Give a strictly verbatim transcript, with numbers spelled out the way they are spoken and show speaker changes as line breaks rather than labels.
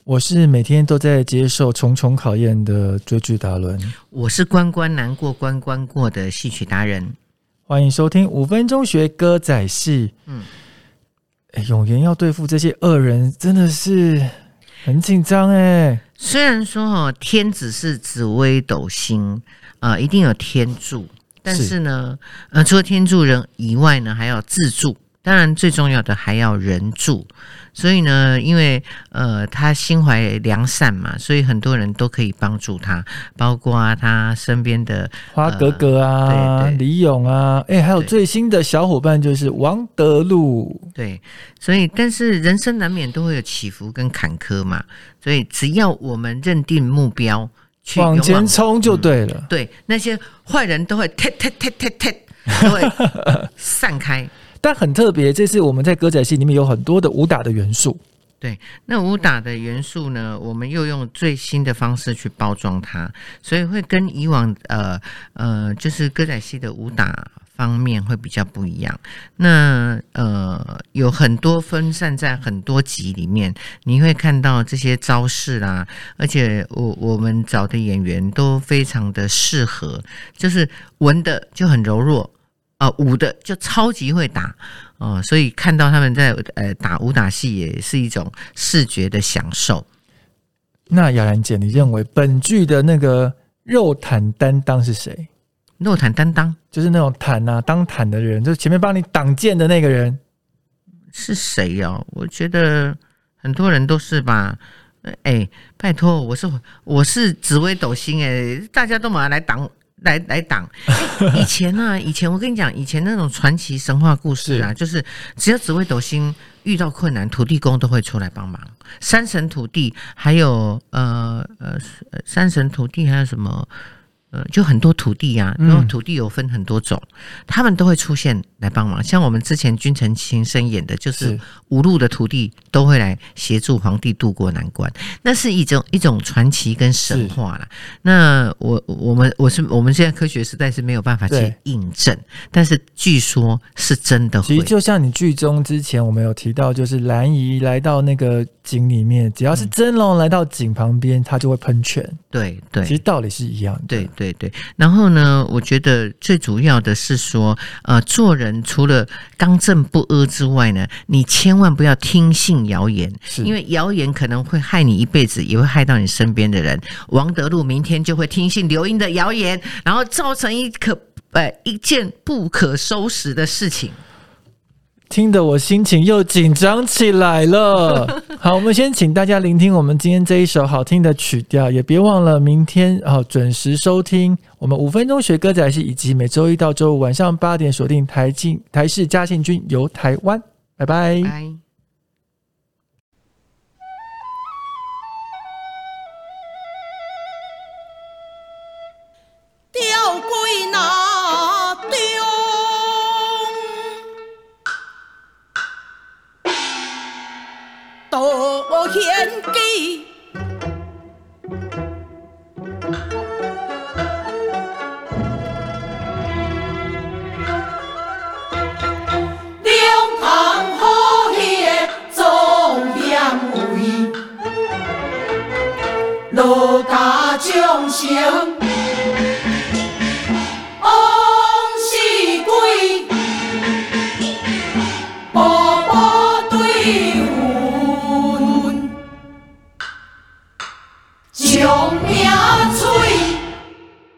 我是每天都在接受重重考验的追剧达伦，
我是关关难过关关过的戏曲达人。
欢迎收听五分钟学歌仔戏。嗯，永元要对付这些恶人，真的是很紧张哎。
虽然说哦，天子是紫微斗星，呃，一定有天助，但是呢，是呃，除了天助人以外呢，还要自助。当然，最重要的还要人助。所以呢，因为呃他心怀良善嘛，所以很多人都可以帮助他，包括他身边的
花格格啊、呃、李勇啊，哎，还有最新的小伙伴就是王德禄。
对，所以但是人生难免都会有起伏跟坎坷嘛，所以只要我们认定目标，去
往前冲就对了。
嗯、对，那些坏人都会踢踢踢踢踢，都会散开。
但很特别，这次我们在歌仔戏里面有很多的武打的元素。
对，那武打的元素呢，我们又用最新的方式去包装它，所以会跟以往呃呃，就是歌仔戏的武打方面会比较不一样。那呃，有很多分散在很多集里面，你会看到这些招式啦，而且我我们找的演员都非常的适合，就是文的就很柔弱。呃，武的就超级会打哦、呃，所以看到他们在呃打武打戏也是一种视觉的享受。
那雅兰姐，你认为本剧的那个肉毯担当是谁？
肉毯担当
就是那种毯啊，当毯的人，就是前面帮你挡箭的那个人
是谁哦？我觉得很多人都是吧。哎，拜托，我是我是紫微斗星哎，大家都马上来挡。来来挡、欸！以前啊，以前我跟你讲，以前那种传奇神话故事啊，是就是只要紫微斗星遇到困难，土地公都会出来帮忙。山神土地，还有呃呃山神土地，还有什么？呃，就很多土地啊，然后土地有分很多种，嗯、他们都会出现来帮忙。像我们之前君臣情深演的，就是五路的土地都会来协助皇帝渡过难关，那是一种一种传奇跟神话啦。那我我们我是我们现在科学时代是没有办法去印证，但是据说是真的会。
其实就像你剧中之前我们有提到，就是兰姨来到那个井里面，只要是真龙来到井旁边，他就会喷泉。
对对，
其实道理是一样的。
对对对，然后呢，我觉得最主要的是说，呃，做人除了刚正不阿之外呢，你千万不要听信谣言，因为谣言可能会害你一辈子，也会害到你身边的人。王德禄明天就会听信刘英的谣言，然后造成一可呃一件不可收拾的事情。
听得我心情又紧张起来了。好，我们先请大家聆听我们今天这一首好听的曲调，也别忘了明天、哦、准时收听我们五分钟学歌仔戏，以及每周一到周五晚上八点锁定台庆台视嘉庆君游台湾。拜拜。
拜
吊归那中多献计，两堂好协总两位，落家将成。将命出。